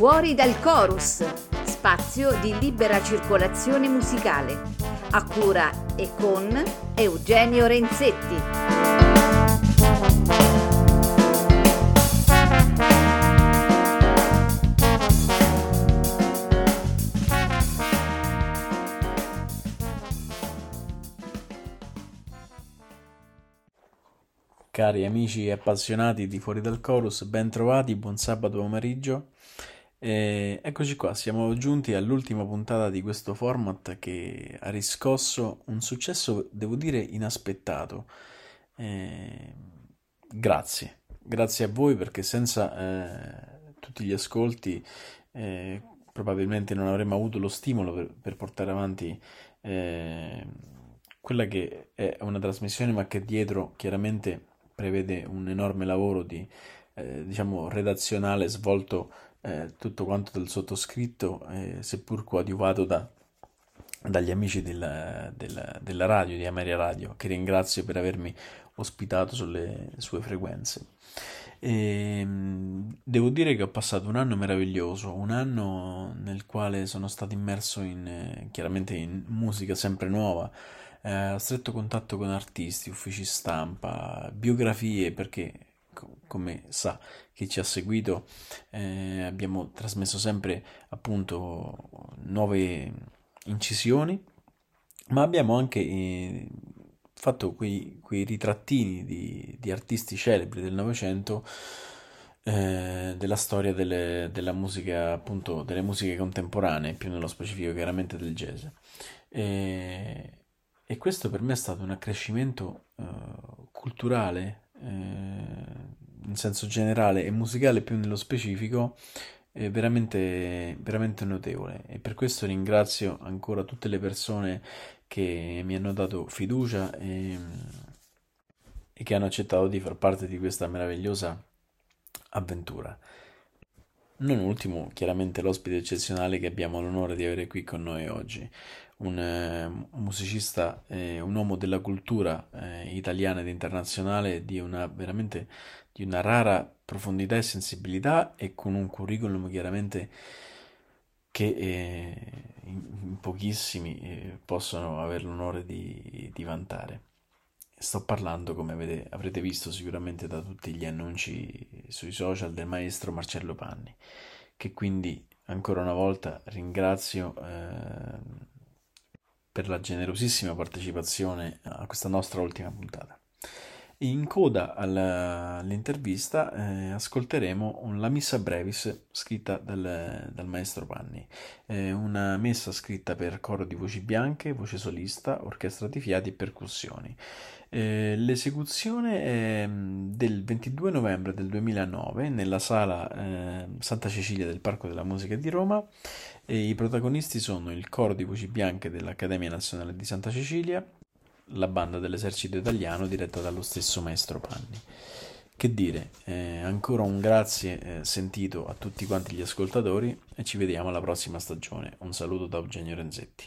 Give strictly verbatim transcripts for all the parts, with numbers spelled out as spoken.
Fuori dal Chorus, spazio di libera circolazione musicale, a cura e con Eugenio Renzetti. Cari amici e appassionati di Fuori dal Chorus, ben trovati, buon sabato pomeriggio. E eccoci qua, siamo giunti all'ultima puntata di questo format che ha riscosso un successo, devo dire, inaspettato. Eh, grazie, grazie a voi perché senza eh, tutti gli ascolti eh, probabilmente non avremmo avuto lo stimolo per, per portare avanti eh, quella che è una trasmissione, ma che dietro chiaramente prevede un enorme lavoro di, eh, diciamo, redazionale svolto eh, tutto quanto dal sottoscritto, eh, seppur coadiuvato da, dagli amici della, della, della radio, di Ameria Radio, che ringrazio per avermi ospitato sulle sue frequenze. E, devo dire che ho passato un anno meraviglioso, un anno nel quale sono stato immerso in, eh, chiaramente in musica sempre nuova, eh, stretto contatto con artisti, uffici stampa, biografie, perché co- come sa chi ci ha seguito, eh, abbiamo trasmesso sempre appunto nuove incisioni, ma abbiamo anche eh, fatto quei, quei ritrattini di, di artisti celebri del Novecento, eh, della storia delle- della musica, appunto, delle musiche contemporanee, più nello specifico chiaramente del jazz. E, e questo per me è stato un accrescimento eh, culturale, eh, in senso generale, e musicale più nello specifico, è veramente, veramente notevole. E per questo ringrazio ancora tutte le persone che mi hanno dato fiducia e, e che hanno accettato di far parte di questa meravigliosa avventura. Non ultimo, chiaramente l'ospite eccezionale che abbiamo l'onore di avere qui con noi oggi, un, eh, un musicista, eh, un uomo della cultura eh, italiana ed internazionale di una veramente di una rara profondità e sensibilità, e con un curriculum chiaramente che eh, in, in pochissimi eh, possono avere l'onore di, di vantare. Sto parlando, come avete, avrete visto sicuramente da tutti gli annunci sui social, del maestro Marcello Panni, che quindi ancora una volta ringrazio eh, per la generosissima partecipazione a questa nostra ultima puntata. In coda alla- all'intervista eh, ascolteremo un- la Missa Brevis scritta dal, dal maestro Panni. È una messa scritta per coro di voci bianche, voce solista, orchestra di fiati e percussioni. Eh, l'esecuzione è mm, del ventidue novembre del duemilanove nella sala eh, Santa Cecilia del Parco della Musica di Roma, e i protagonisti sono il coro di voci bianche dell'Accademia Nazionale di Santa Cecilia, la banda dell'Esercito Italiano diretta dallo stesso maestro Panni. Che dire, eh, ancora un grazie eh, sentito a tutti quanti gli ascoltatori e ci vediamo alla prossima stagione. Un saluto da Eugenio Renzetti.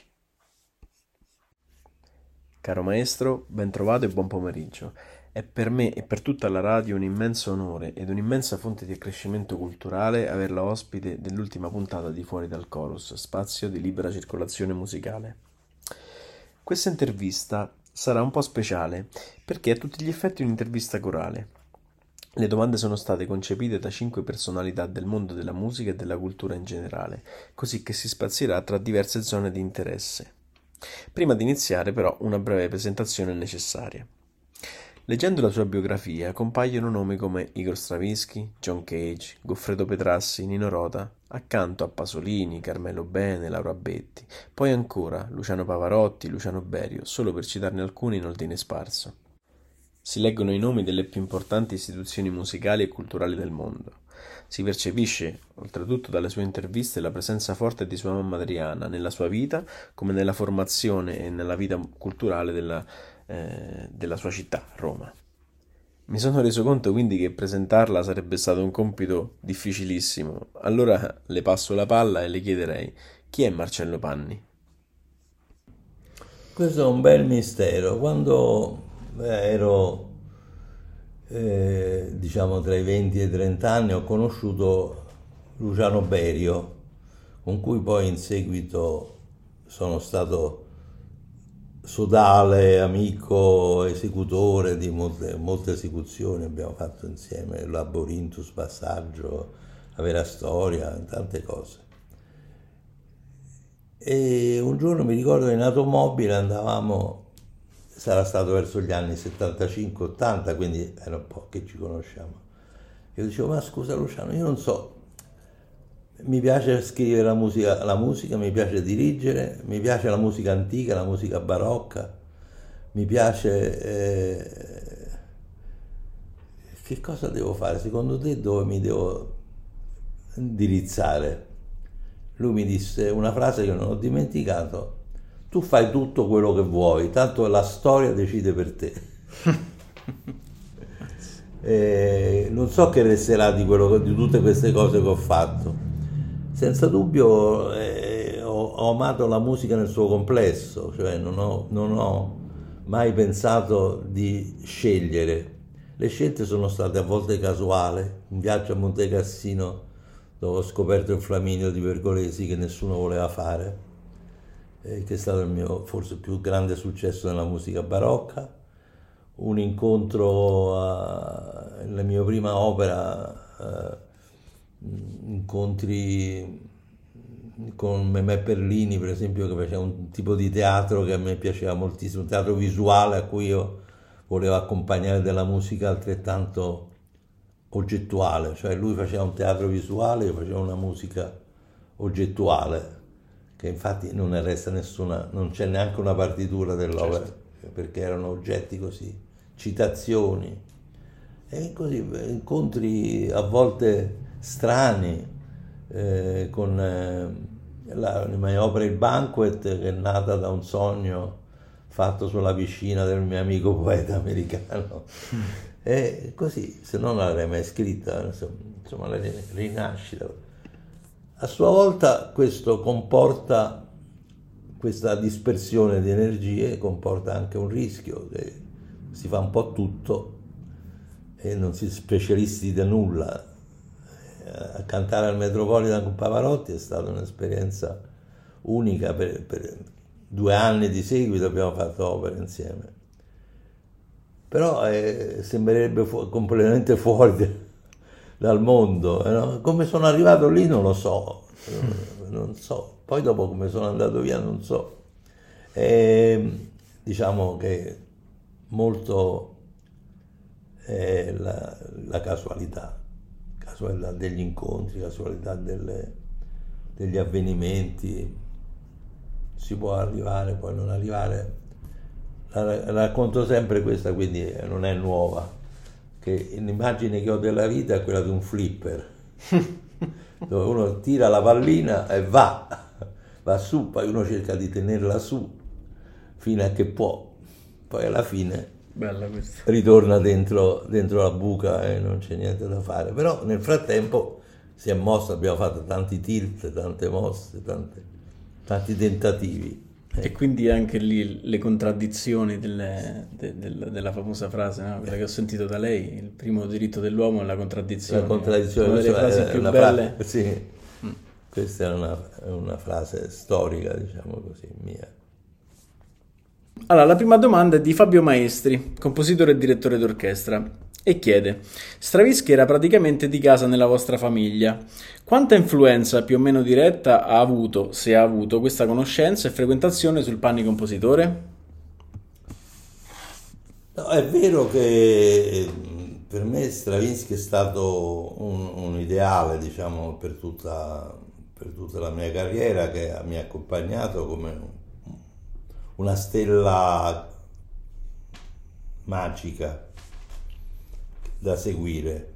Caro maestro, ben trovato e buon pomeriggio. È per me e per tutta la radio un immenso onore ed un'immensa fonte di accrescimento culturale averla ospite dell'ultima puntata di Fuori dal Chorus, spazio di libera circolazione musicale. Questa intervista sarà un po' speciale perché è a tutti gli effetti un'intervista corale. Le domande sono state concepite da cinque personalità del mondo della musica e della cultura in generale, così che si spazierà tra diverse zone di interesse. Prima di iniziare, però, una breve presentazione è necessaria. Leggendo la sua biografia compaiono nomi come Igor Stravinsky, John Cage, Goffredo Petrassi, Nino Rota, accanto a Pasolini, Carmelo Bene, Laura Betti, poi ancora Luciano Pavarotti, Luciano Berio, solo per citarne alcuni in ordine sparso. Si leggono i nomi delle più importanti istituzioni musicali e culturali del mondo. Si percepisce, oltretutto dalle sue interviste, la presenza forte di sua mamma Adriana nella sua vita, come nella formazione e nella vita culturale della, eh, della sua città, Roma. Mi sono reso conto quindi che presentarla sarebbe stato un compito difficilissimo. Allora le passo la palla e le chiederei: chi è Marcello Panni? Questo è un bel mistero. Quando ero eh, diciamo tra i venti e i trenta anni ho conosciuto Luciano Berio, con cui poi in seguito sono stato sodale, amico, esecutore di molte, molte esecuzioni, abbiamo fatto insieme Laborintus, Passaggio, La vera storia, tante cose. E un giorno mi ricordo in automobile andavamo, sarà stato verso gli anni settantacinque ottanta, quindi era un po' che ci conosciamo. Io dicevo, ma scusa Luciano, io non so, mi piace scrivere la musica, la musica, mi piace dirigere, mi piace la musica antica, la musica barocca, mi piace... Eh, che cosa devo fare? Secondo te dove mi devo indirizzare? Lui mi disse una frase che non ho dimenticato: tu fai tutto quello che vuoi, tanto la storia decide per te. E non so che resterà di, quello, di tutte queste cose che ho fatto. Senza dubbio eh, ho, ho amato la musica nel suo complesso, cioè non ho, non ho mai pensato di scegliere. Le scelte sono state a volte casuali. Un viaggio a Monte Cassino dove ho scoperto il Flaminio di Pergolesi che nessuno voleva fare, eh, che è stato il mio forse più grande successo nella musica barocca. Un incontro uh, nella mia prima opera, uh, incontri con Memè Perlini, per esempio, che faceva un tipo di teatro che a me piaceva moltissimo, un teatro visuale a cui io volevo accompagnare della musica altrettanto oggettuale, cioè lui faceva un teatro visuale, io facevo una musica oggettuale, che infatti non ne resta nessuna, non c'è neanche una partitura dell'opera, certo, perché erano oggetti così, citazioni, e così incontri a volte strani, eh, con eh, la, la mia opera Il Banquet, che è nata da un sogno fatto sulla piscina del mio amico poeta americano. E così, se no non l'avrei mai scritta, insomma, la rinascita. A sua volta questo comporta, questa dispersione di energie comporta anche un rischio, che si fa un po' tutto e non si specialisti da nulla. A cantare al Metropolitan con Pavarotti è stata un'esperienza unica, per, per due anni di seguito abbiamo fatto opere insieme. Però eh, sembrerebbe fu- completamente fuori de- dal mondo. Eh, no? Come sono arrivato lì non lo so, non, non so. Poi dopo come sono andato via non so. E, diciamo che molto è la, la casualità, casualità degli incontri, casualità delle, degli avvenimenti. Si può arrivare, poi non arrivare. La racconto sempre questa, quindi non è nuova, che l'immagine che ho della vita è quella di un flipper, dove uno tira la pallina e va, va su, poi uno cerca di tenerla su fino a che può, poi alla fine Bella questa. ritorna dentro, dentro la buca e non c'è niente da fare. Però nel frattempo si è mosso, abbiamo fatto tanti tilt, tante mosse, tante, tanti tentativi. E quindi anche lì le contraddizioni delle, de, de, della famosa frase, no? Quella che ho sentito da lei: il primo diritto dell'uomo è la contraddizione. La contraddizione, una delle frasi è più una belle. Frase, sì, mm. Questa è una, è una frase storica, diciamo così, mia. Allora, la prima domanda è di Fabio Maestri, compositore e direttore d'orchestra, e chiede: Stravinsky era praticamente di casa nella vostra famiglia. Quanta influenza più o meno diretta ha avuto, se ha avuto, questa conoscenza e frequentazione sul panni compositore? No, è vero che per me Stravinsky è stato un, un ideale, diciamo, per tutta, per tutta la mia carriera, che mi ha accompagnato come una stella magica da seguire.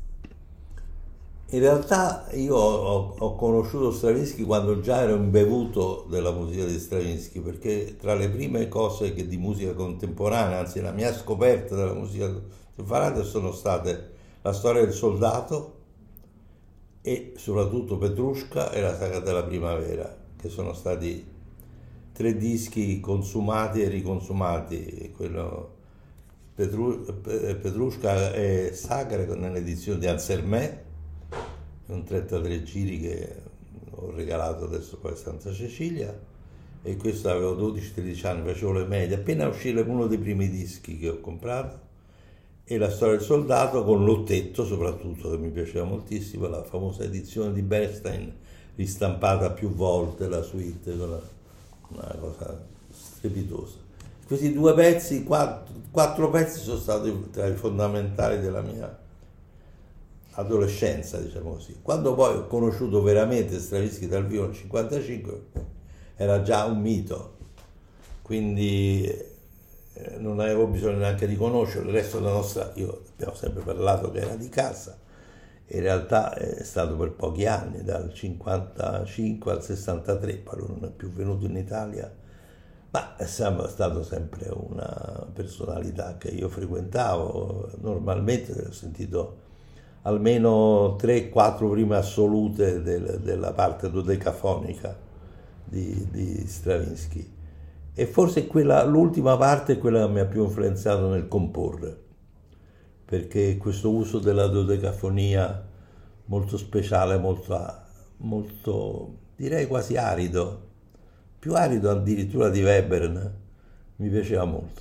In realtà io ho, ho conosciuto Stravinsky quando già ero imbevuto della musica di Stravinsky, perché tra le prime cose che di musica contemporanea, anzi la mia scoperta della musica contemporanea, sono state La storia del soldato e soprattutto Petrushka e La saga della primavera, che sono stati tre dischi consumati e riconsumati. Quello Petru, Petrushka è sacra nell'edizione di Anselmet, un trentatré giri che ho regalato adesso poi a Santa Cecilia, e questo avevo dodici tredici anni, facevo le medie, appena uscì uno dei primi dischi che ho comprato, e La storia del soldato, con l'ottetto soprattutto, che mi piaceva moltissimo, la famosa edizione di Bernstein ristampata più volte, la suite, una, una cosa strepitosa. Questi due pezzi, quattro, quattro pezzi sono stati tra i fondamentali della mia adolescenza, diciamo così. Quando poi ho conosciuto veramente Stravinsky dal vivo nel cinquantacinque, era già un mito, quindi eh, non avevo bisogno neanche di conoscerlo. Il resto della nostra, io abbiamo sempre parlato che era di casa, in realtà è stato per pochi anni, dal cinquantacinque al sessantatré, poi non è più venuto in Italia, ma è stato sempre una personalità che io frequentavo normalmente. Ho sentito almeno tre quattro prime assolute del, della parte dodecafonica di, di Stravinsky, e forse quella, l'ultima parte è quella che mi ha più influenzato nel comporre, perché questo uso della dodecafonia molto speciale, molto, molto direi quasi arido, più arido addirittura di Webern, mi piaceva molto.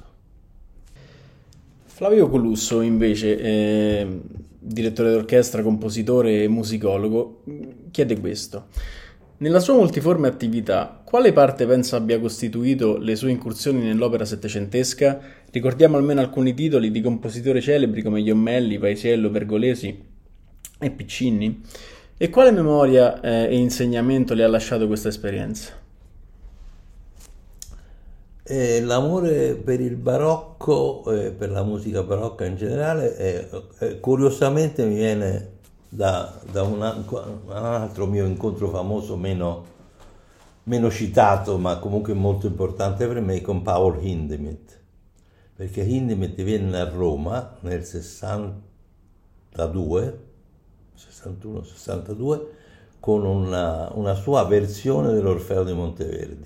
Flavio Colusso invece, eh, direttore d'orchestra, compositore e musicologo, chiede questo: nella sua multiforme attività, quale parte pensa abbia costituito le sue incursioni nell'opera settecentesca? Ricordiamo almeno alcuni titoli di compositori celebri come Iommelli, Paisiello, Pergolesi e Piccinni. E quale memoria eh, e insegnamento le ha lasciato questa esperienza? E l'amore per il barocco e per la musica barocca in generale è, è, curiosamente mi viene da, da una, un altro mio incontro famoso, meno, meno citato ma comunque molto importante per me, con Paul Hindemith, perché Hindemith viene a Roma nel sessantadue, sessantuno sessantadue, con una, una sua versione dell'Orfeo di Monteverdi.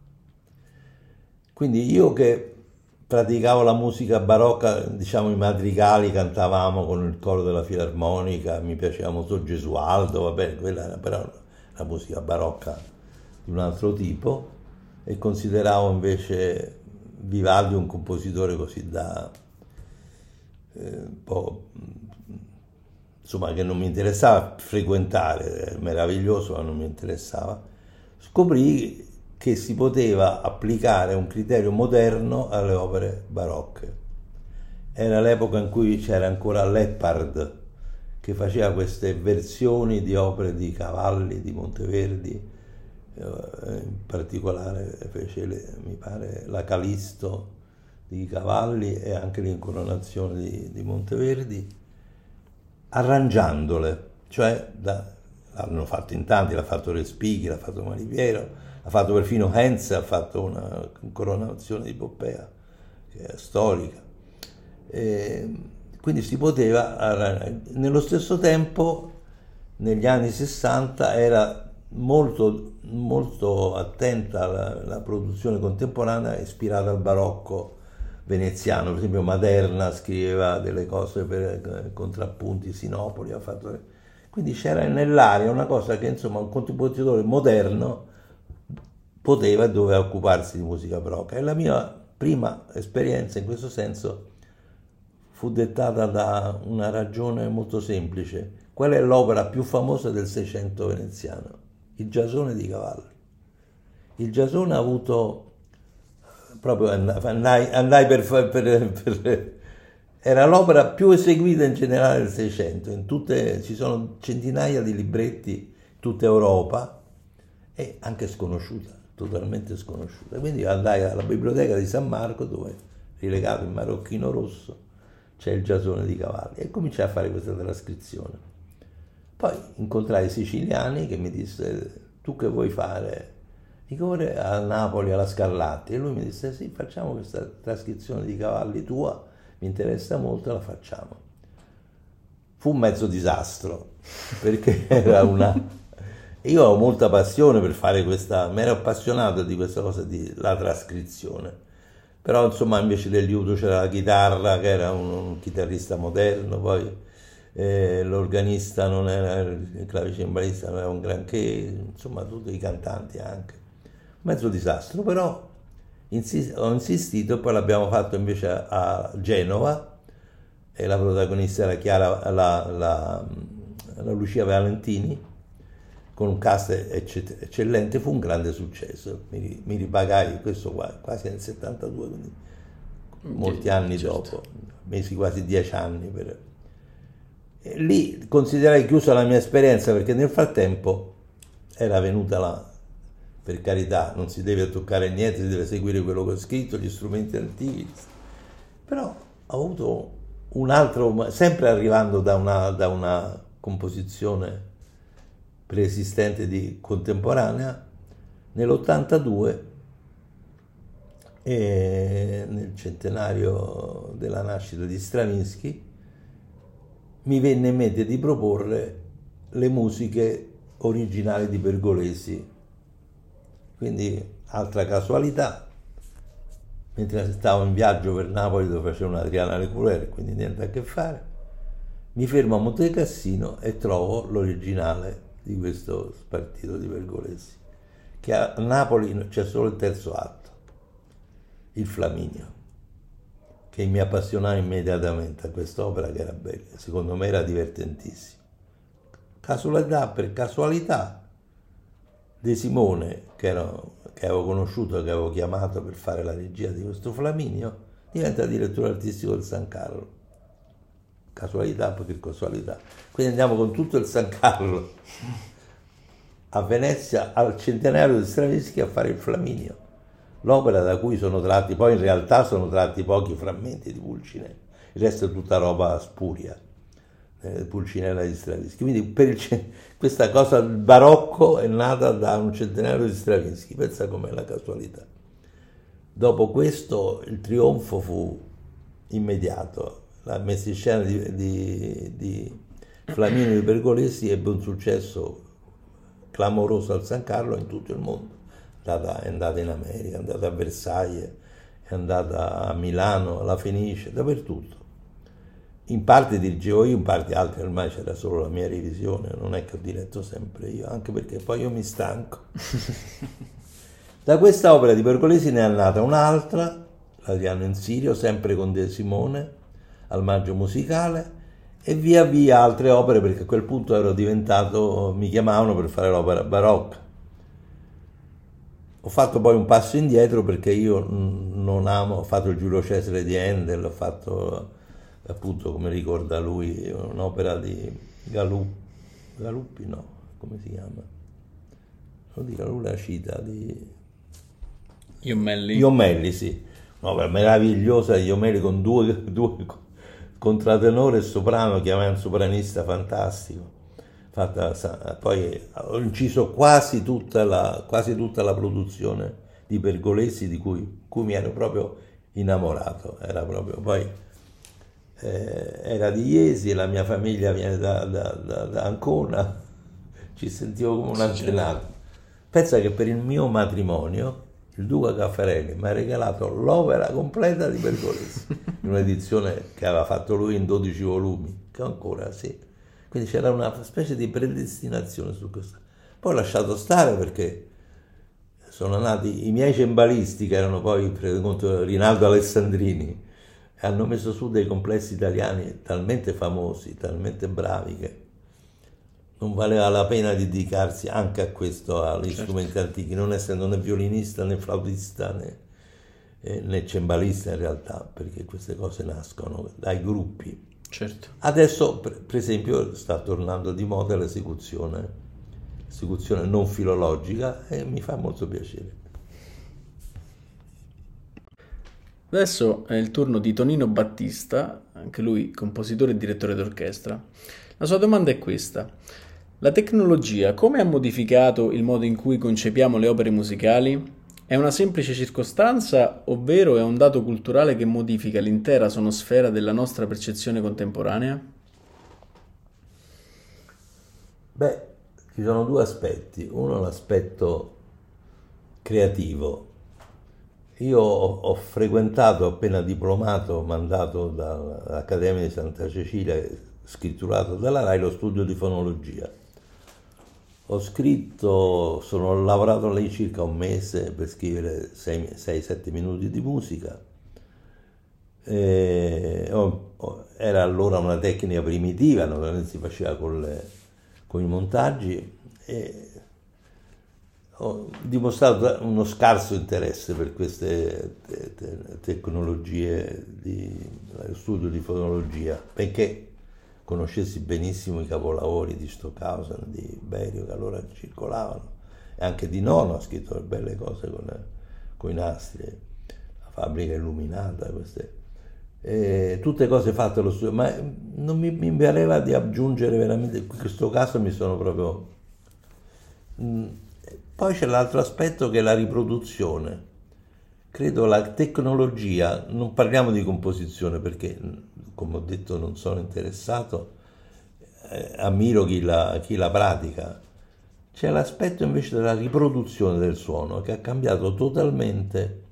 Quindi io che praticavo la musica barocca, diciamo i madrigali, cantavamo con il coro della filarmonica, mi piaceva molto Gesualdo, vabbè, quella era però la musica barocca di un altro tipo, e consideravo invece Vivaldi un compositore così da eh, un po', insomma, che non mi interessava frequentare, meraviglioso ma non mi interessava. Scoprì che si poteva applicare un criterio moderno alle opere barocche. Era l'epoca in cui c'era ancora Leppard, che faceva queste versioni di opere di Cavalli, di Monteverdi, in particolare fece, le, mi pare, la Calisto di Cavalli e anche l'Incoronazione di, di Monteverdi, arrangiandole, cioè da, l'hanno fatto in tanti, l'ha fatto Respighi, l'ha fatto Malipiero, ha fatto perfino Hens, ha fatto una coronazione di Poppea che è storica, e quindi si poteva. Nello stesso tempo negli anni sessanta era molto, molto attenta alla, alla produzione contemporanea ispirata al barocco veneziano. Per esempio Maderna scriveva delle cose per contrappunti, Sinopoli ha fatto, quindi c'era nell'aria una cosa che insomma un compositore moderno poteva e doveva occuparsi di musica barocca. E la mia prima esperienza in questo senso fu dettata da una ragione molto semplice. Qual è l'opera più famosa del Seicento veneziano? Il Giasone di Cavalli. Il Giasone ha avuto, proprio andai, andai per, per, per era l'opera più eseguita in generale del Seicento, in tutte, ci sono centinaia di libretti in tutta Europa, e anche sconosciuta, totalmente sconosciuta. Quindi andai alla biblioteca di San Marco, dove, rilegato in marocchino rosso, c'è il Giasone di Cavalli, e cominciai a fare questa trascrizione. Poi incontrai i siciliani che mi disse: tu che vuoi fare? Dico, vorrei a Napoli alla Scarlatti. E lui mi disse: sì, facciamo questa trascrizione di Cavalli tua, mi interessa molto, la facciamo. Fu un mezzo disastro, perché era una... Io avevo molta passione per fare questa, mi ero appassionato di questa cosa, di la trascrizione, però insomma invece del liuto c'era la chitarra, che era un, un chitarrista moderno, poi eh, l'organista non era, il clavicembalista non era un granché, insomma tutti i cantanti anche. Mezzo disastro, però insist- ho insistito e poi l'abbiamo fatto invece a, a Genova e la protagonista era Chiara, la, la, la Lucia Valentini, con un cast eccellente, fu un grande successo. Mi, mi ripagai questo qua, quasi nel settantadue, quindi molti anni certo. dopo, mesi quasi dieci anni. Per... E lì considerai chiusa la mia esperienza, perché nel frattempo era venuta la... Per carità, non si deve toccare niente, si deve seguire quello che ho scritto, gli strumenti antichi. Però ho avuto un altro, sempre arrivando da una, da una composizione preesistente di contemporanea, nell'ottantadue, e nel centenario della nascita di Stravinsky, mi venne in mente di proporre le musiche originali di Pergolesi. Quindi, altra casualità, mentre stavo in viaggio per Napoli dove facevo una Adriana Lecouler, quindi niente a che fare, mi fermo a Monte Cassino e trovo l'originale di questo spartito di Pergolesi, che a Napoli c'è solo il terzo atto, il Flaminio, che mi appassionava immediatamente a quest'opera, che era bella, secondo me era divertentissima. Casualità per casualità, De Simone, che, ero, che avevo conosciuto, che avevo chiamato per fare la regia di questo Flaminio, diventa direttore artistico del San Carlo. Casualità, perché casualità. Quindi andiamo con tutto il San Carlo a Venezia al centenario di Stravinsky a fare il Flaminio, l'opera da cui sono tratti, poi in realtà sono tratti pochi frammenti di Pulcinella, il resto è tutta roba spuria, eh, Pulcinella di Stravinsky. Quindi per il, questa cosa del barocco è nata da un centenario di Stravinsky, pensa com'è la casualità. Dopo questo il trionfo fu immediato. La messa in scena di, di, di Flaminio di Pergolesi ebbe un successo clamoroso al San Carlo in tutto il mondo. È andata, è andata in America, è andata a Versailles, è andata a Milano, alla Fenice, dappertutto. In parte dirigevo io, in parte altri, ormai c'era solo la mia revisione, non è che ho diretto sempre io, anche perché poi io mi stanco. Da questa opera di Pergolesi ne è nata un'altra, l'Adriano in Sirio, sempre con De Simone, al Maggio Musicale, e via via altre opere, perché a quel punto ero diventato, mi chiamavano per fare l'opera barocca. Ho fatto poi un passo indietro perché io non amo, ho fatto il Giulio Cesare di Handel, ho fatto appunto, come ricorda lui, un'opera di Galuppi, Galuppi no, come si chiama? Non di Galuppi, la cita di Iomelli. Iomelli, sì, un'opera meravigliosa di Iomelli con due, due contratenore e soprano, che aveva un sopranista fantastico. Fatta, poi ho inciso quasi tutta la, quasi tutta la produzione di Pergolesi, di cui, cui mi ero proprio innamorato. Era proprio, poi eh, era di Iesi, la mia famiglia viene da, da, da, da Ancona, ci sentivo come un antenato. Pensa che per il mio matrimonio il Duca Caffarelli mi ha regalato l'opera completa di Pergolesi, in un'edizione che aveva fatto lui in dodici volumi, che ancora sì. Quindi c'era una specie di predestinazione su questo. Poi ho lasciato stare perché sono nati i miei cembalisti, che erano poi Rinaldo Alessandrini, e hanno messo su dei complessi italiani talmente famosi, talmente bravi, che non valeva la pena dedicarsi anche a questo, agli certo. strumenti antichi, non essendo né violinista né flautista né, eh, né cembalista in realtà, perché queste cose nascono dai gruppi. Certo. Adesso, per, per esempio, sta tornando di moda l'esecuzione, l'esecuzione non filologica, e mi fa molto piacere. Adesso è il turno di Tonino Battista, anche lui compositore e direttore d'orchestra. La sua domanda è questa: la tecnologia come ha modificato il modo in cui concepiamo le opere musicali? È una semplice circostanza, ovvero è un dato culturale che modifica l'intera sonosfera della nostra percezione contemporanea? Beh, ci sono due aspetti. Uno, l'aspetto creativo. Io ho, ho frequentato, appena diplomato, mandato dall'Accademia di Santa Cecilia, scritturato dalla Rai, lo studio di fonologia. Ho scritto, sono ho lavorato lì circa un mese per scrivere sei sette minuti di musica. E ho, ho, era allora una tecnica primitiva, non si faceva con, le, con i montaggi, e ho dimostrato uno scarso interesse per queste te, te, tecnologie di studio di fonologia, perché conoscessi benissimo i capolavori di Stockhausen, di Berio, che allora circolavano, e anche di Nono ha scritto belle cose con, con i nastri, la fabbrica illuminata, queste, e tutte cose fatte allo studio, ma non mi, mi pareva di aggiungere veramente, in questo caso mi sono proprio... Poi c'è l'altro aspetto che è la riproduzione. Credo la tecnologia, non parliamo di composizione perché, come ho detto, non sono interessato, eh, ammiro chi la, chi la pratica. C'è l'aspetto invece della riproduzione del suono che ha cambiato totalmente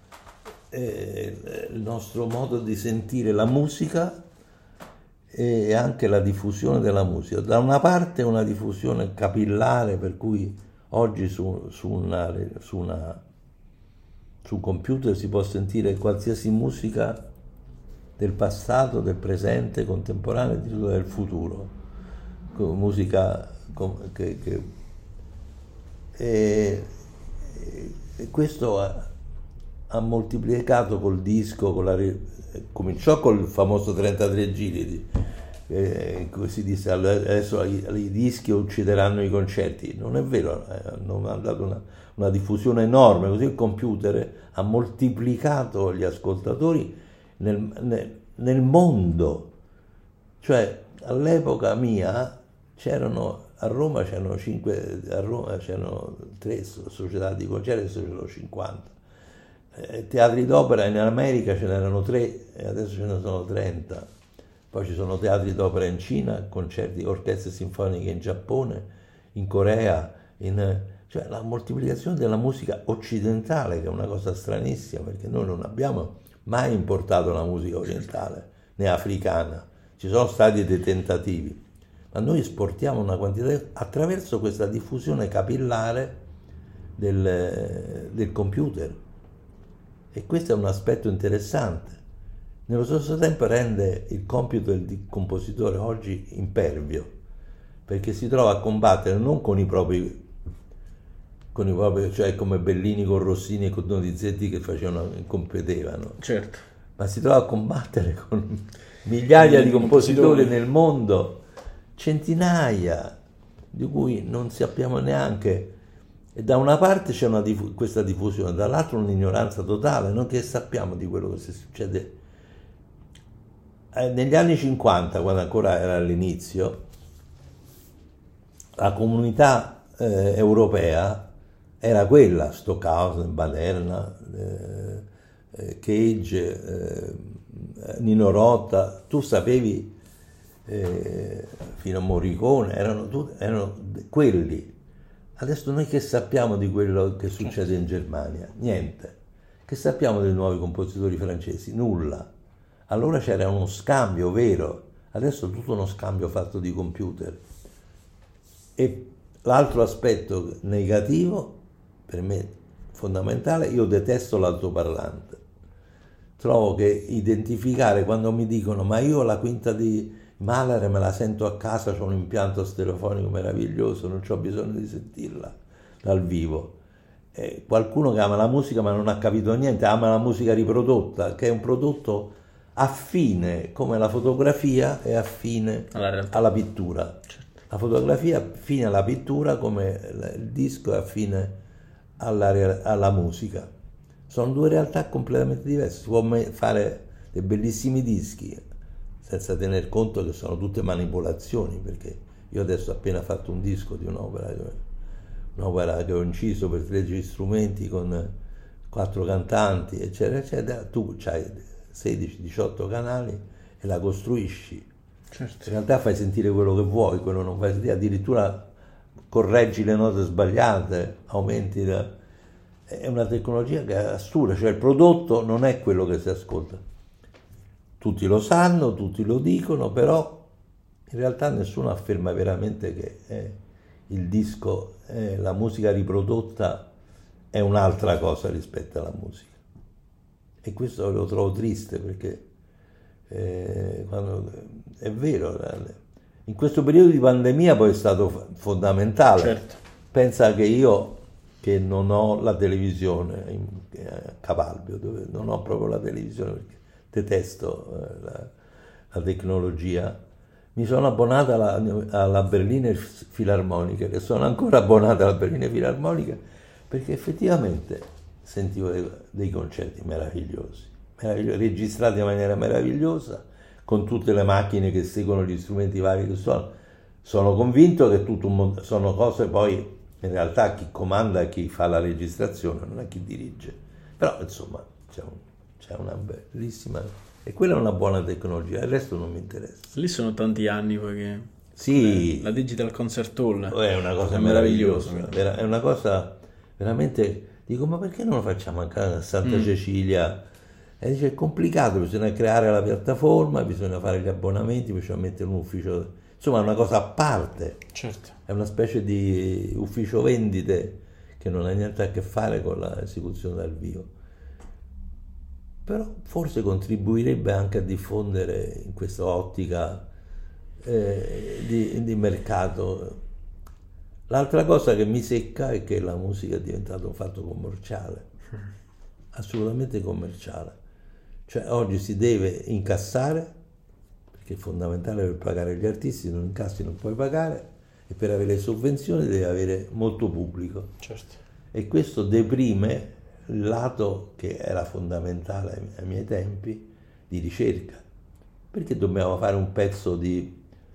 eh, il nostro modo di sentire la musica e anche la diffusione della musica. Da una parte una diffusione capillare, per cui oggi su, su, una, su, una, su un computer si può sentire qualsiasi musica del passato, del presente, contemporaneo e del futuro, musica che, che e, e questo ha, ha moltiplicato col disco, con la, cominciò col famoso trentatré giri di, eh, cui si disse adesso i, i dischi uccideranno i concerti. Non è vero, hanno dato una, una diffusione enorme, così il computer ha moltiplicato gli ascoltatori nel, nel, nel mondo. Cioè all'epoca mia c'erano a Roma c'erano cinque, a Roma c'erano tre società di concerti, adesso ce ne sono cinquanta. Eh, teatri d'opera in America ce n'erano tre e adesso ce ne sono trenta. Poi ci sono teatri d'opera in Cina, concerti, orchestre sinfoniche in Giappone, in Corea, in, cioè la moltiplicazione della musica occidentale, che è una cosa stranissima, perché noi non abbiamo mai importato la musica orientale, né africana. Ci sono stati dei tentativi, ma noi esportiamo una quantità attraverso questa diffusione capillare del, del computer, e questo è un aspetto interessante. Nello stesso tempo rende il compito del compositore oggi impervio, perché si trova a combattere non con i propri, con i propri, cioè come Bellini con Rossini e con Donizetti che facevano, competevano, certo, ma si trova a combattere con migliaia di compositori nel mondo, centinaia, di cui non sappiamo neanche, e da una parte c'è una diff- questa diffusione, dall'altra un'ignoranza totale, non che sappiamo di quello che si succede. Eh, negli anni cinquanta, quando ancora era all'inizio, la comunità eh, europea era quella, Stockhausen, Baderna, eh, eh, Cage, eh, Nino Rota, tu sapevi, eh, fino a Morricone, erano, tutti, erano quelli. Adesso noi che sappiamo di quello che succede in Germania? Niente. Che sappiamo dei nuovi compositori francesi? Nulla. Allora c'era uno scambio vero, adesso è tutto uno scambio fatto di computer. E l'altro aspetto negativo, per me fondamentale, io detesto l'altoparlante. Trovo che identificare, quando mi dicono ma io la quinta di Mahler me la sento a casa, c'ho un impianto stereofonico meraviglioso, non c'ho bisogno di sentirla dal vivo. Eh, qualcuno che ama la musica ma non ha capito niente, ama la musica riprodotta, che è un prodotto affine, come la fotografia è affine alla, alla pittura. Certo. La fotografia è affine alla pittura, come il disco è affine alla, alla musica. Sono due realtà completamente diverse. Si può fare dei bellissimi dischi senza tener conto che sono tutte manipolazioni, perché io adesso ho appena fatto un disco di un'opera, un'opera che ho inciso per tredici strumenti con quattro cantanti, eccetera, eccetera. Tu c'hai sedici diciotto canali e la costruisci. Certo. In realtà fai sentire quello che vuoi, quello non fai sentire, addirittura correggi le note sbagliate, aumenti la... È una tecnologia che è assurda, cioè il prodotto non è quello che si ascolta. Tutti lo sanno, tutti lo dicono, però in realtà nessuno afferma veramente che eh, il disco, eh, la musica riprodotta è un'altra cosa rispetto alla musica. E questo lo trovo triste perché eh, quando, è vero, in questo periodo di pandemia poi è stato fondamentale. Certo. Pensa che io, che non ho la televisione in, a Capalbio, dove non ho proprio la televisione perché detesto eh, la, la tecnologia, mi sono abbonata alla, alla Berliner Philharmoniker e sono ancora abbonata alla Berliner Philharmoniker perché effettivamente sentivo dei, dei concerti meravigliosi, meravigliosi, registrati in maniera meravigliosa, con tutte le macchine che seguono gli strumenti vari che sono. Sono convinto che tutto un, sono cose poi, in realtà chi comanda e chi fa la registrazione, non è chi dirige. Però insomma c'è, un, c'è una bellissima... E quella è una buona tecnologia, il resto non mi interessa. Lì sono tanti anni poi che... Sì. La Digital Concert Hall È una cosa è meravigliosa. meravigliosa. È una cosa veramente... Dico, ma perché non lo facciamo anche a Santa Mm. Cecilia? E dice, è complicato, bisogna creare la piattaforma, bisogna fare gli abbonamenti, bisogna mettere un ufficio... Insomma, è una cosa a parte. Certo. È una specie di ufficio vendite che non ha niente a che fare con l'esecuzione dal vivo. Però forse contribuirebbe anche a diffondere in questa ottica eh, di, di mercato. L'altra cosa che mi secca è che la musica è diventata un fatto commerciale, assolutamente commerciale. Cioè oggi si deve incassare, perché è fondamentale per pagare gli artisti, non incassi non puoi pagare, e per avere le sovvenzioni devi avere molto pubblico. Certo. E questo deprime il lato che era fondamentale ai miei tempi di ricerca, perché dobbiamo fare un pezzo di,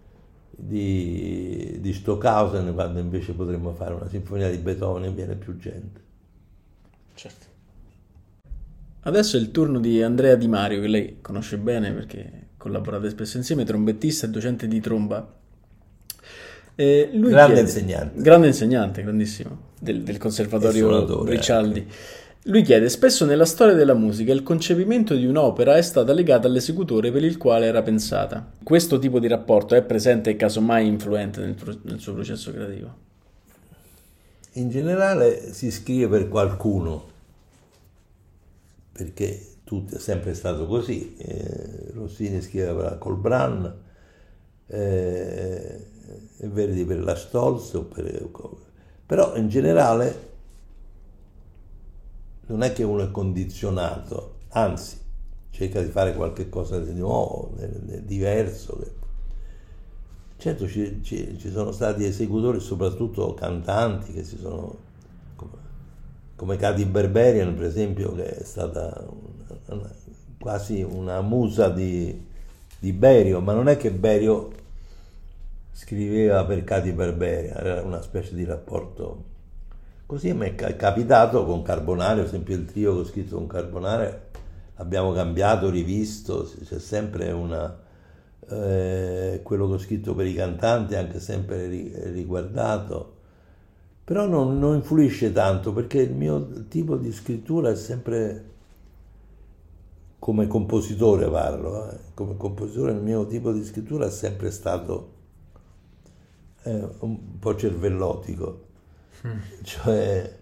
di, di Stockhausen quando invece potremmo fare una sinfonia di Beethoven e viene più gente. Certo. Adesso è il turno di Andrea Di Mario, che lei conosce bene perché collaborate spesso insieme, trombettista e docente di tromba. E lui Grande chiede, insegnante. Grande insegnante, grandissimo, del, del E Conservatorio suonatore, Riccialdi. ecco. Lui chiede, spesso nella storia della musica il concepimento di un'opera è stata legata all'esecutore per il quale era pensata. Questo tipo di rapporto è presente e casomai influente nel, pro- nel suo processo creativo? In generale si scrive per qualcuno, perché tutto è sempre stato così. Eh, Rossini scriveva per Colbran, eh, Verdi per la Stolz, per... però in generale non è che uno è condizionato, anzi cerca di fare qualche cosa di nuovo, di diverso. Certo ci, ci, ci sono stati esecutori, soprattutto cantanti, che si sono, come, come Katy Berberian per esempio, che è stata una, una, quasi una musa di, di Berio, ma non è che Berio scriveva per Katy Berberian, era una specie di rapporto. Così mi è capitato con Carbonare, per esempio il trio che ho scritto con Carbonare, abbiamo cambiato, rivisto, c'è sempre una... Eh, quello che ho scritto per i cantanti anche sempre riguardato, però non, non influisce tanto perché il mio tipo di scrittura è sempre, come compositore parlo, eh, come compositore il mio tipo di scrittura è sempre stato eh, un po' cervellotico, mm. cioè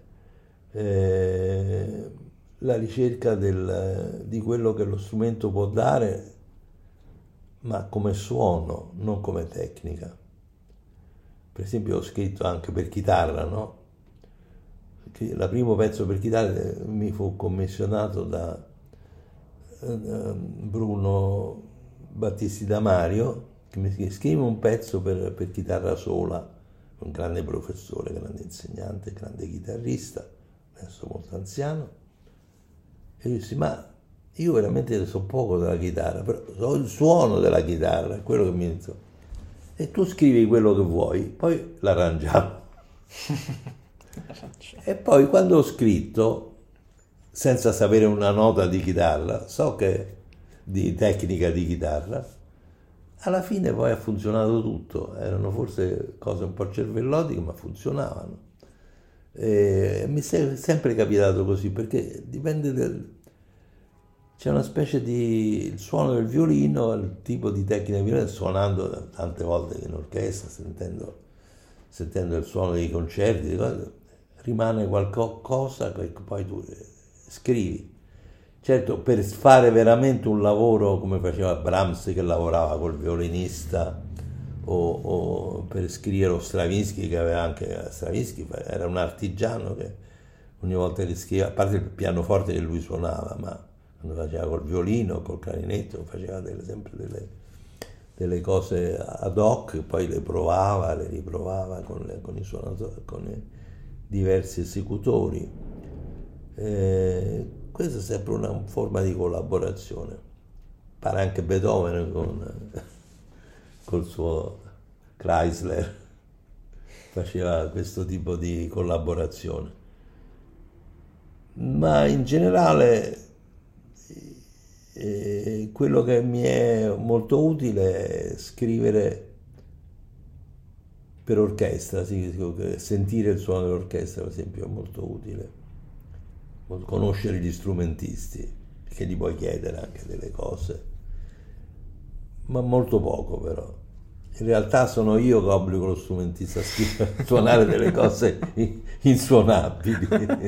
eh, la ricerca del, di quello che lo strumento può dare, ma come suono, non come tecnica. Per esempio ho scritto anche per chitarra, no? Che il primo pezzo per chitarra mi fu commissionato da Bruno Battisti da Mario, che mi scrive: scrive un pezzo per, per chitarra sola, un grande professore, grande insegnante, grande chitarrista, adesso molto anziano, e io dissi: ma io veramente so poco della chitarra, però so il suono della chitarra, è quello che mi inizio. E tu scrivi quello che vuoi, poi l'arrangiamo. E poi quando ho scritto, senza sapere una nota di chitarra, so che di tecnica di chitarra, alla fine poi ha funzionato tutto. Erano forse cose un po' cervellotiche, ma funzionavano. E mi è sempre capitato così, perché dipende del... c'è una specie di il suono del violino, il tipo di tecnica di violino, suonando tante volte in orchestra, sentendo, sentendo il suono dei concerti, rimane qualcosa che poi tu scrivi. Certo, per fare veramente un lavoro come faceva Brahms, che lavorava col violinista, o, o per scrivere o Stravinsky, che aveva anche Stravinsky era un artigiano che ogni volta che scriveva, a parte il pianoforte che lui suonava, ma quando faceva col violino, col clarinetto, faceva delle, sempre delle, delle cose ad hoc, poi le provava, le riprovava con, le, con i suonatori, con i diversi esecutori. Eh, questa è sempre una forma di collaborazione. Pare anche Beethoven con col suo Chrysler faceva questo tipo di collaborazione. Ma in generale eh, quello che mi è molto utile è scrivere per orchestra, sì, sentire il suono dell'orchestra per esempio è molto utile, conoscere gli strumentisti, perché gli puoi chiedere anche delle cose, ma molto poco però. In realtà sono io che obbligo lo strumentista a scrivere, a suonare delle cose insuonabili.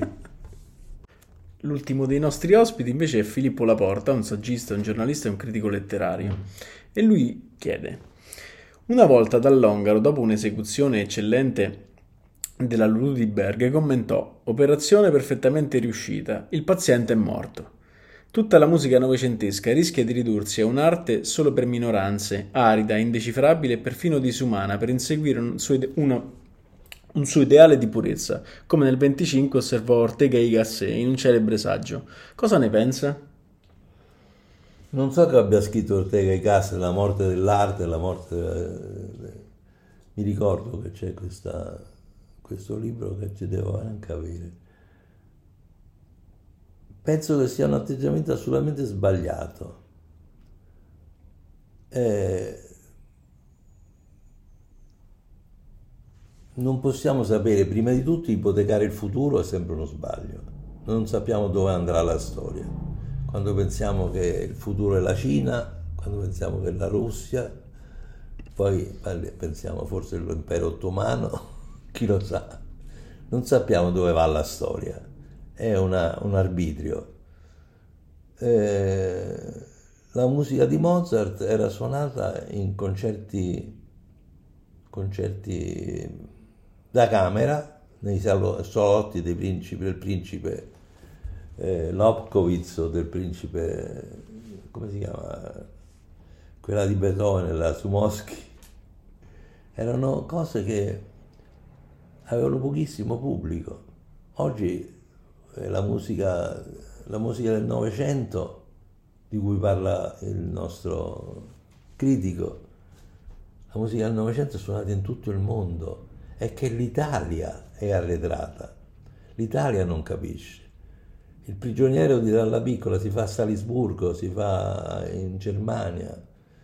L'ultimo dei nostri ospiti invece è Filippo Laporta, un saggista, un giornalista e un critico letterario. E lui chiede: una volta Dall'Ongaro, dopo un'esecuzione eccellente della Lulu di Berg, commentò: operazione perfettamente riuscita, il paziente è morto. Tutta la musica novecentesca rischia di ridursi a un'arte solo per minoranze, arida, indecifrabile e perfino disumana per inseguire un suo, ide- una, un suo ideale di purezza, come nel venticinque osservò Ortega y Gasset in un celebre saggio. Cosa ne pensa? Non so che abbia scritto Ortega y Gasset, La morte dell'arte, la morte... Della... Mi ricordo che c'è questa, questo libro che ci devo anche avere. Penso che sia un atteggiamento assolutamente sbagliato. Eh, non possiamo sapere, prima di tutto, ipotecare il futuro è sempre uno sbaglio. Non sappiamo dove andrà la storia. Quando pensiamo che il futuro è la Cina, quando pensiamo che è la Russia, poi pensiamo forse all'impero ottomano, chi lo sa. Non sappiamo dove va la storia. È una, un arbitrio. Eh, la musica di Mozart era suonata in concerti, concerti da camera, nei salotti dei principi, del principe eh, Lobkowitz o del principe, come si chiama, quella di Beethoven, la Sumoski. Erano cose che avevano pochissimo pubblico. Oggi La musica, la musica del Novecento, di cui parla il nostro critico, la musica del Novecento è suonata in tutto il mondo, è che l'Italia è arretrata, l'Italia non capisce. Il prigioniero di Dalla Piccola si fa a Salisburgo, si fa in Germania,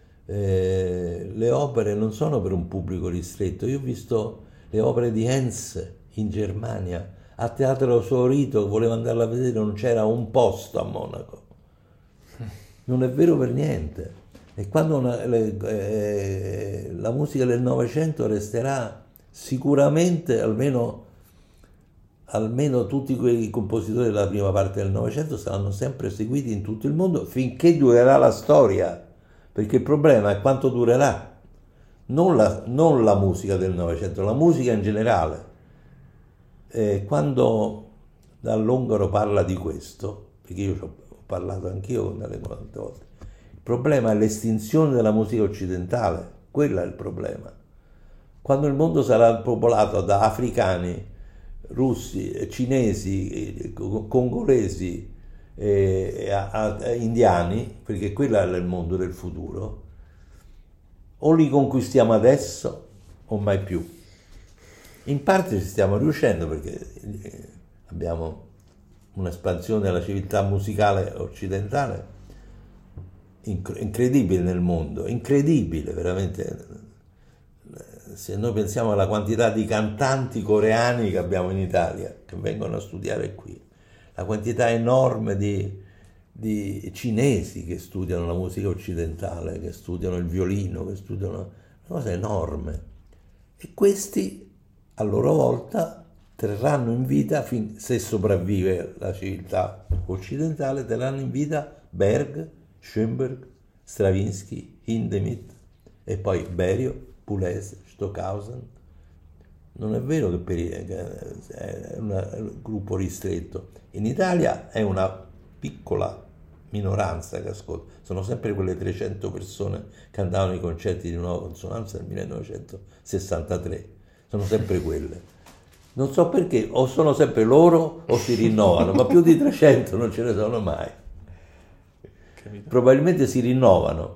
eh, le opere non sono per un pubblico ristretto. Io ho visto le opere di Hens in Germania, a Teatro Saurito, volevo andarla a vedere, non c'era un posto a Monaco. Non è vero per niente. E quando una, le, eh, la musica del Novecento resterà sicuramente, almeno, almeno tutti quei compositori della prima parte del Novecento saranno sempre seguiti in tutto il mondo finché durerà la storia, perché il problema è quanto durerà, non la, non la musica del Novecento, la musica in generale. Eh, quando Dall'Ongaro parla di questo, perché io ho parlato anch'io con delle quante volte, il problema è l'estinzione della musica occidentale, quello è il problema. Quando il mondo sarà popolato da africani, russi, cinesi, congolesi, eh, a, a, indiani, perché quello è il mondo del futuro, o li conquistiamo adesso o mai più. In parte ci stiamo riuscendo perché abbiamo un'espansione della civiltà musicale occidentale incredibile nel mondo, incredibile veramente. Se noi pensiamo alla quantità di cantanti coreani che abbiamo in Italia, che vengono a studiare qui, la quantità enorme di di cinesi che studiano la musica occidentale, che studiano il violino, che studiano una cosa enorme. E questi a loro volta terranno in vita, fin, se sopravvive la civiltà occidentale, terranno in vita Berg, Schoenberg, Stravinsky, Hindemith e poi Berio, Boulez, Stockhausen. Non è vero che, per, che è una, un gruppo ristretto. In Italia è una piccola minoranza che ascolta, sono sempre quelle trecento persone che andavano ai concerti di Nuova Consonanza nel millenovecentosessantatré, sono sempre quelle. Non so perché, o sono sempre loro o si rinnovano, ma più di trecento non ce ne sono mai. Capito. Probabilmente si rinnovano,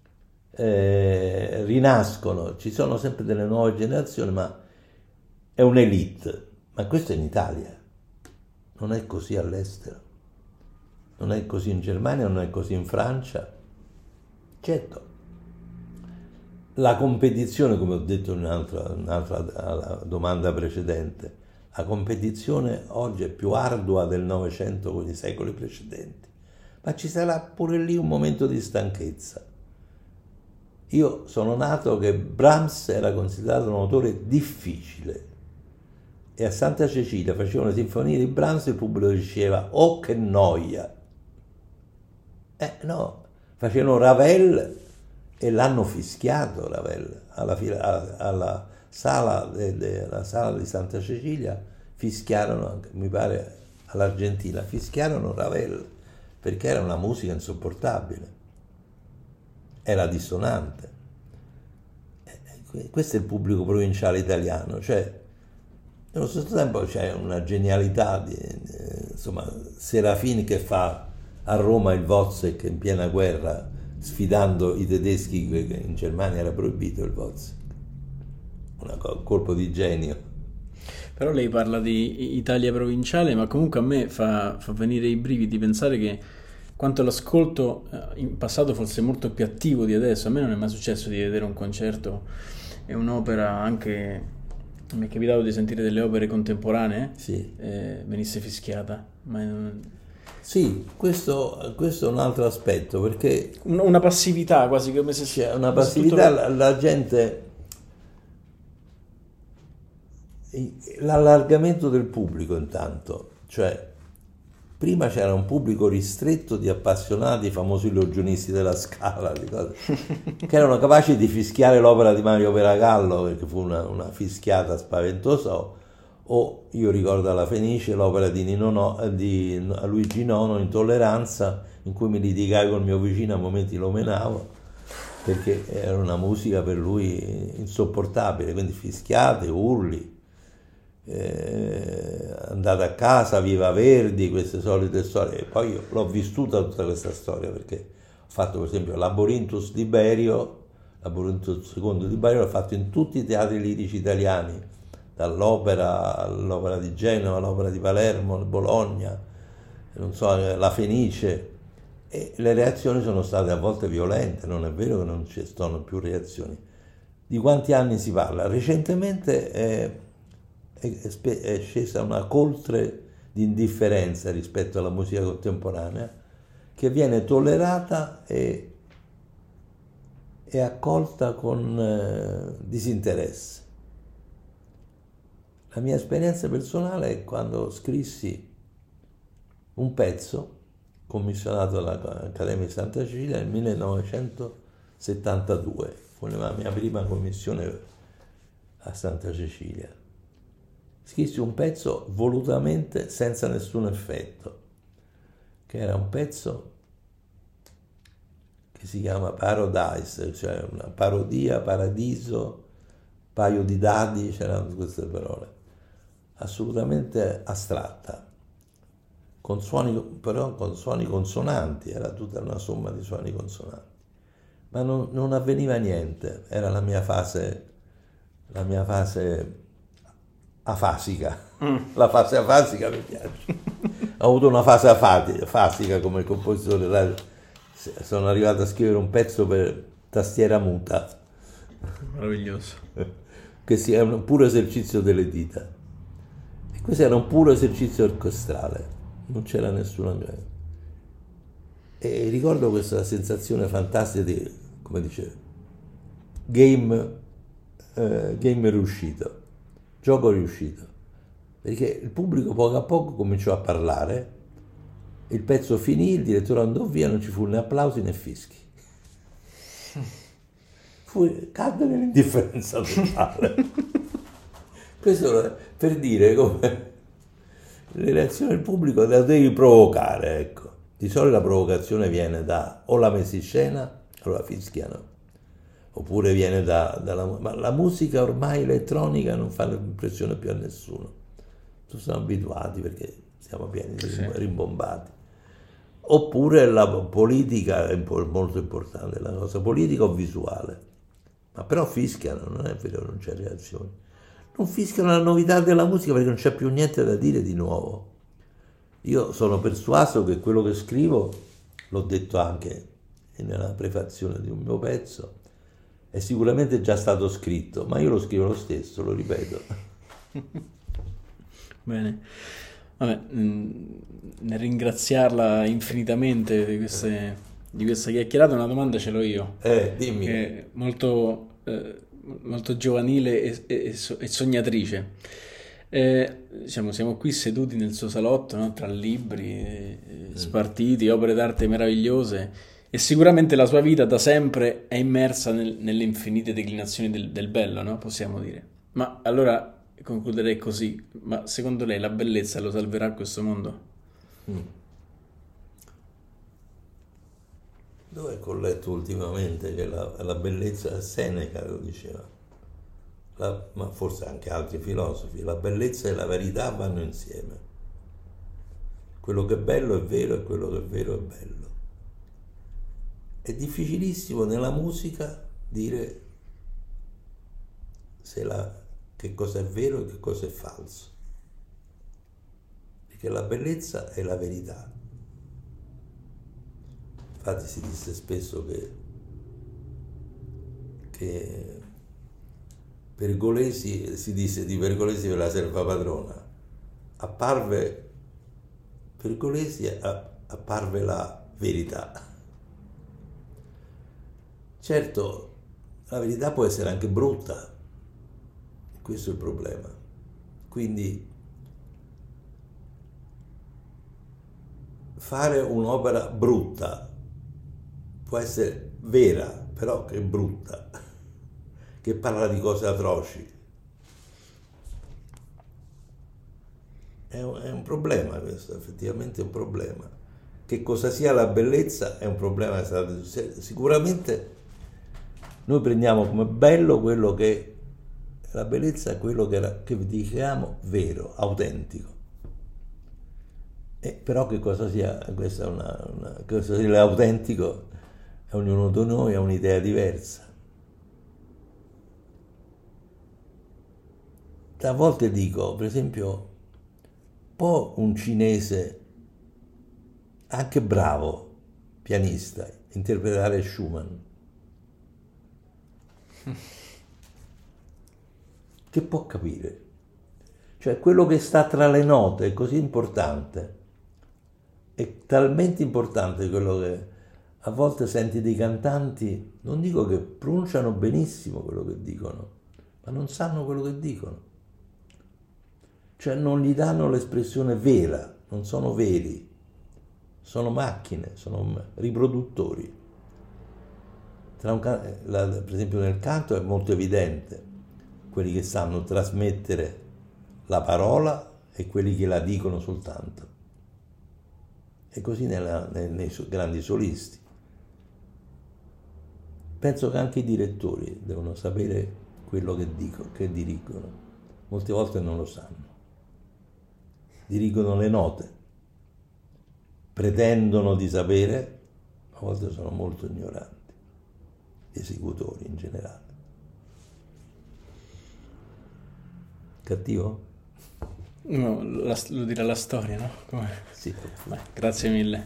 eh, rinascono, ci sono sempre delle nuove generazioni, ma è un'elite. Ma questo è in Italia, non è così all'estero, non è così in Germania, non è così in Francia. Certo, la competizione, come ho detto in un'altra, un'altra domanda precedente, la competizione oggi è più ardua del Novecento con i secoli precedenti, ma ci sarà pure lì un momento di stanchezza. Io sono nato che Brahms era considerato un autore difficile e a Santa Cecilia facevano le sinfonie di Brahms e il pubblico diceva «Oh, che noia!» Eh no, facevano Ravel e l'hanno fischiato Ravel alla, alla, alla, sala de, de, alla sala di Santa Cecilia, fischiarono, mi pare all'Argentina, fischiarono Ravel perché era una musica insopportabile, era dissonante. Questo è il pubblico provinciale italiano, cioè nello stesso tempo c'è una genialità di, di, insomma, Serafin che fa a Roma il Wozzeck in piena guerra, sfidando i tedeschi, che in Germania era proibito il Wozzeck, un colpo di genio. Però lei parla di Italia provinciale, ma comunque a me fa, fa venire i brividi pensare che quanto l'ascolto in passato fosse molto più attivo di adesso. A me non è mai successo di vedere un concerto e un'opera, anche mi è capitato di sentire delle opere contemporanee, sì. eh, venisse fischiata, ma non... Sì, questo, questo è un altro aspetto, perché una passività, quasi come se sia una passività, tutto... la, la gente, l'allargamento del pubblico intanto, cioè prima c'era un pubblico ristretto di appassionati, i famosi illusionisti della Scala, di cose, che erano capaci di fischiare l'opera di Mario Peragallo, perché fu una, una fischiata spaventosa, o, o io ricordo alla Fenice l'opera di, Nino no, di Luigi nono, Intolleranza, in cui mi litigai col mio vicino, a momenti lo menavo, perché era una musica per lui insopportabile, quindi fischiate, urli. Eh, andate a casa, viva Verdi, queste solite storie. E poi io l'ho vissuta tutta questa storia, perché ho fatto per esempio Labyrinthus di Berio, Labyrinthus secondo di Berio l'ho fatto in tutti i teatri lirici italiani, dall'opera all'opera di Genova, all'opera di Palermo, Bologna, non so, la Fenice, e le reazioni sono state a volte violente. Non è vero che non ci sono più reazioni. Di quanti anni si parla? Recentemente eh, è scesa una coltre di indifferenza rispetto alla musica contemporanea, che viene tollerata e, e accolta con eh, disinteresse. La mia esperienza personale è quando scrissi un pezzo commissionato dall'Accademia di Santa Cecilia nel millenovecentosettantadue, fu la mia prima commissione a Santa Cecilia. Scrissi un pezzo volutamente senza nessun effetto, che era un pezzo che si chiama Paradise, cioè una parodia, paradiso, paio di dadi, c'erano queste parole, assolutamente astratta, con suoni, però con suoni consonanti, era tutta una somma di suoni consonanti, ma non, non avveniva niente. Era la mia fase, la mia fase afasica, mm. La fase afasica mi piace. Ho avuto una fase afasica come il compositore radio. Sono arrivato a scrivere un pezzo per tastiera muta, meraviglioso, che sia un puro esercizio delle dita, e questo era un puro esercizio orchestrale, non c'era nessuna. E ricordo questa sensazione fantastica di, come dice, game, eh, game riuscito, gioco riuscito, perché il pubblico poco a poco cominciò a parlare, il pezzo finì, il direttore andò via, non ci fu né applausi né fischi. Fu, cadde nell'indifferenza totale. Questo per dire come le reazioni del pubblico le devi provocare, ecco. Di solito la provocazione viene da o la messa in scena, allora fischiano, oppure viene da, dalla... ma la musica ormai elettronica non fa impressione più a nessuno. Tutti sono abituati perché siamo pieni di Sì. rimbombati. Oppure la politica è molto importante, la cosa politica o visuale. Ma però fischiano, non è vero, non c'è reazione. Non fischiano la novità della musica perché non c'è più niente da dire di nuovo. Io sono persuaso che quello che scrivo, l'ho detto anche nella prefazione di un mio pezzo, è sicuramente già stato scritto, ma io lo scrivo lo stesso, lo ripeto. Bene. Vabbè, mh, nel ringraziarla infinitamente di, queste, di questa chiacchierata, una domanda ce l'ho io, Eh, dimmi. che è molto, eh, molto giovanile e, e- e sognatrice. Eh, diciamo, siamo qui seduti nel suo salotto, no? Tra libri, eh, spartiti, opere d'arte meravigliose, e sicuramente la sua vita da sempre è immersa nel- nelle infinite declinazioni del, del bello, no? Possiamo dire. Ma allora concluderei così, ma secondo lei la bellezza lo salverà questo mondo? Dove ho letto ultimamente che la, la bellezza, Seneca lo diceva, la- ma forse anche altri filosofi, la bellezza e la verità vanno insieme. Quello che è bello è vero e quello che è vero è bello. È difficilissimo nella musica dire se la, che cosa è vero e che cosa è falso, perché la bellezza è la verità. Infatti si disse spesso che, che Pergolesi, si disse di Pergolesi per la serva padrona, apparve Pergolesi, a- apparve la verità. Certo, la verità può essere anche brutta, questo è il problema. Quindi fare un'opera brutta può essere vera, però che è brutta, che parla di cose atroci. È un, è un problema questo, effettivamente è un problema. Che cosa sia la bellezza è un problema che è stato- se- sicuramente noi prendiamo come bello quello che la bellezza è quello che, era- che diciamo vero, autentico. E però che cosa sia, questo è una, una, che cosa sia l'autentico, ognuno di noi ha un'idea diversa. A volte dico, per esempio, può un cinese, anche bravo, pianista, interpretare Schumann? Che può capire? Cioè quello che sta tra le note è così importante, è talmente importante quello che a volte senti dei cantanti, non dico che pronunciano benissimo quello che dicono, ma non sanno quello che dicono. Cioè non gli danno l'espressione vera, non sono veri, sono macchine, sono riproduttori. Tra un can- la- per esempio nel canto è molto evidente quelli che sanno trasmettere la parola e quelli che la dicono soltanto. E così nella- nei, nei so- grandi solisti. Penso che anche i direttori devono sapere quello che dicono, che dirigono. Molte volte non lo sanno. Dirigono le note, pretendono di sapere, ma a volte sono molto ignoranti, gli esecutori in generale. Cattivo? No, la- lo dirà la storia, no? Come- Sì. Beh, grazie mille.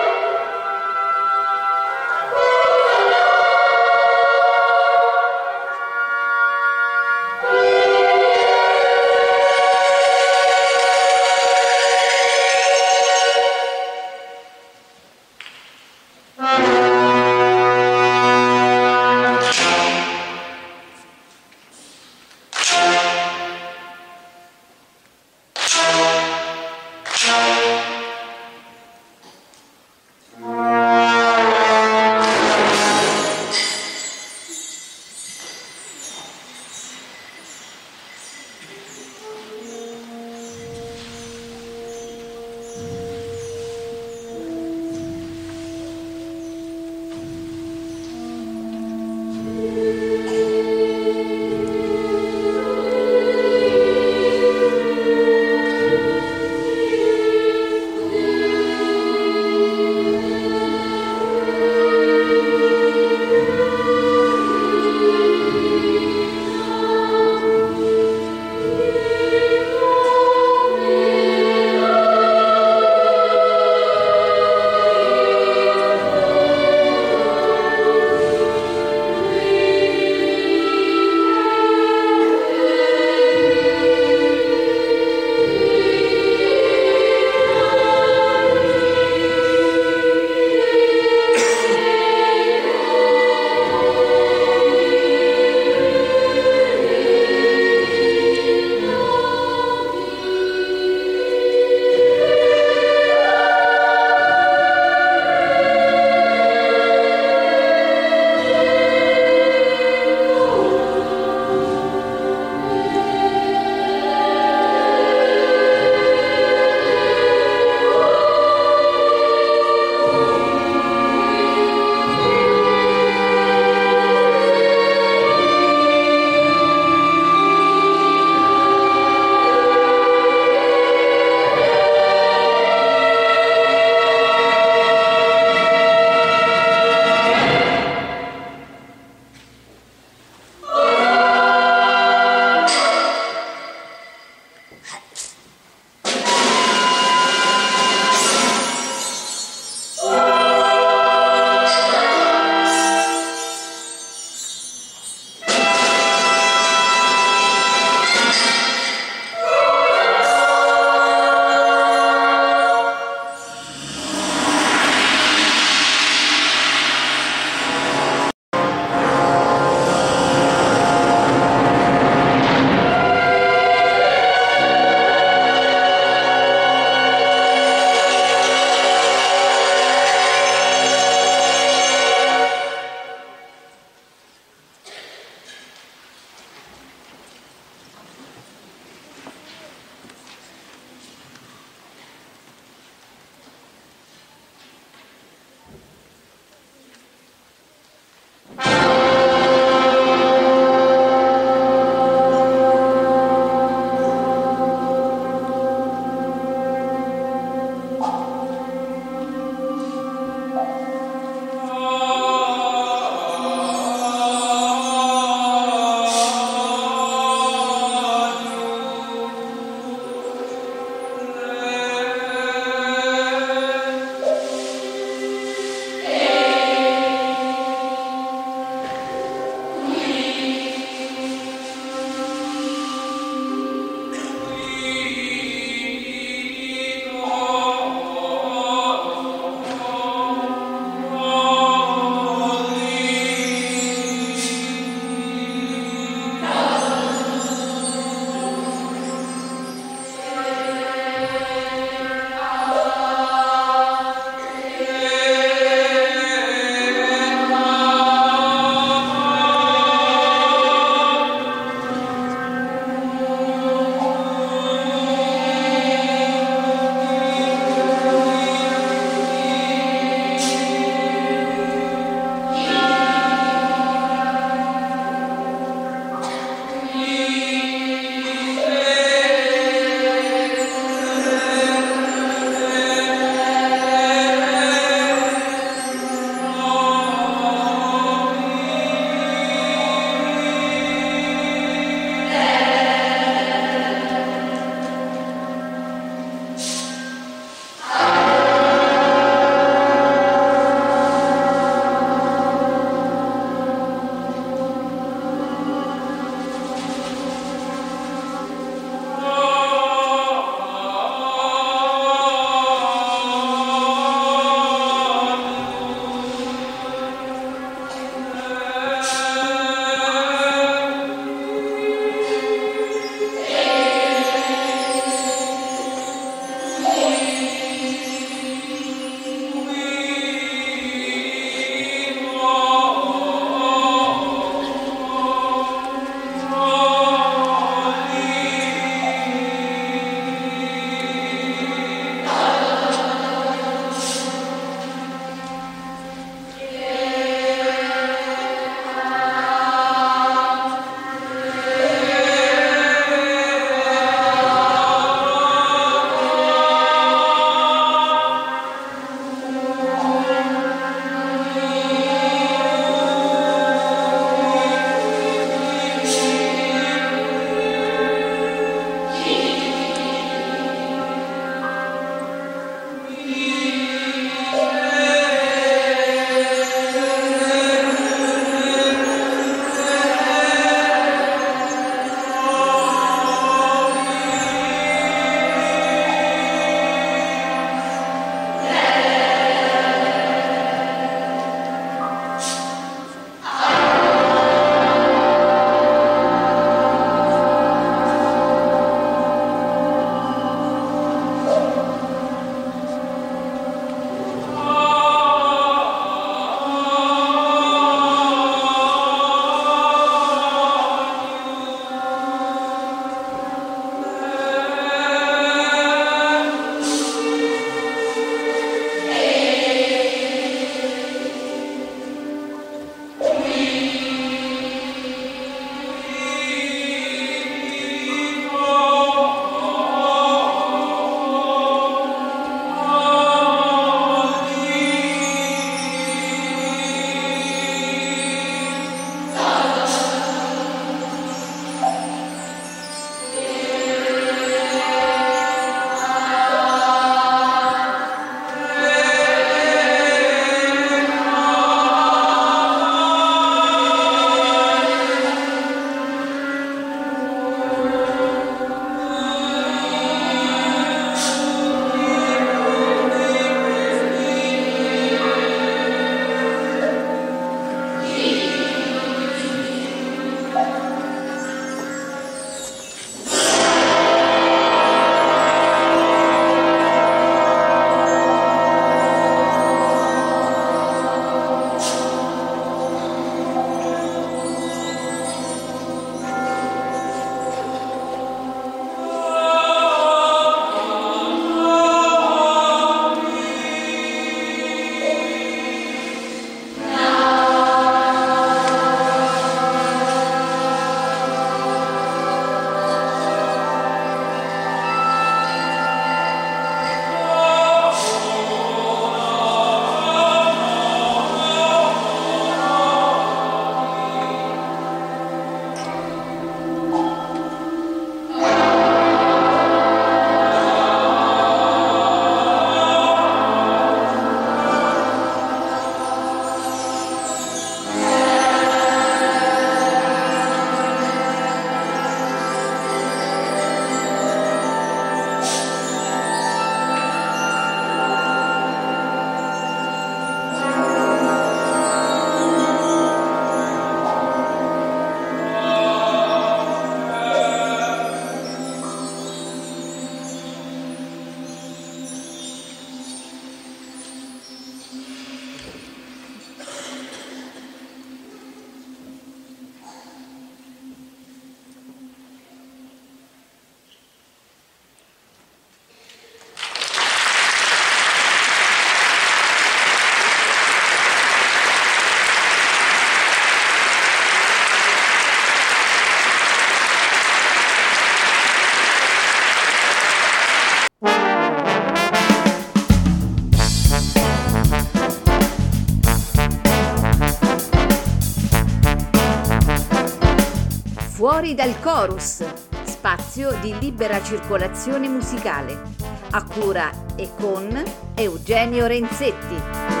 Fuori dal chorus, spazio di libera circolazione musicale, a cura e con Eugenio Renzetti.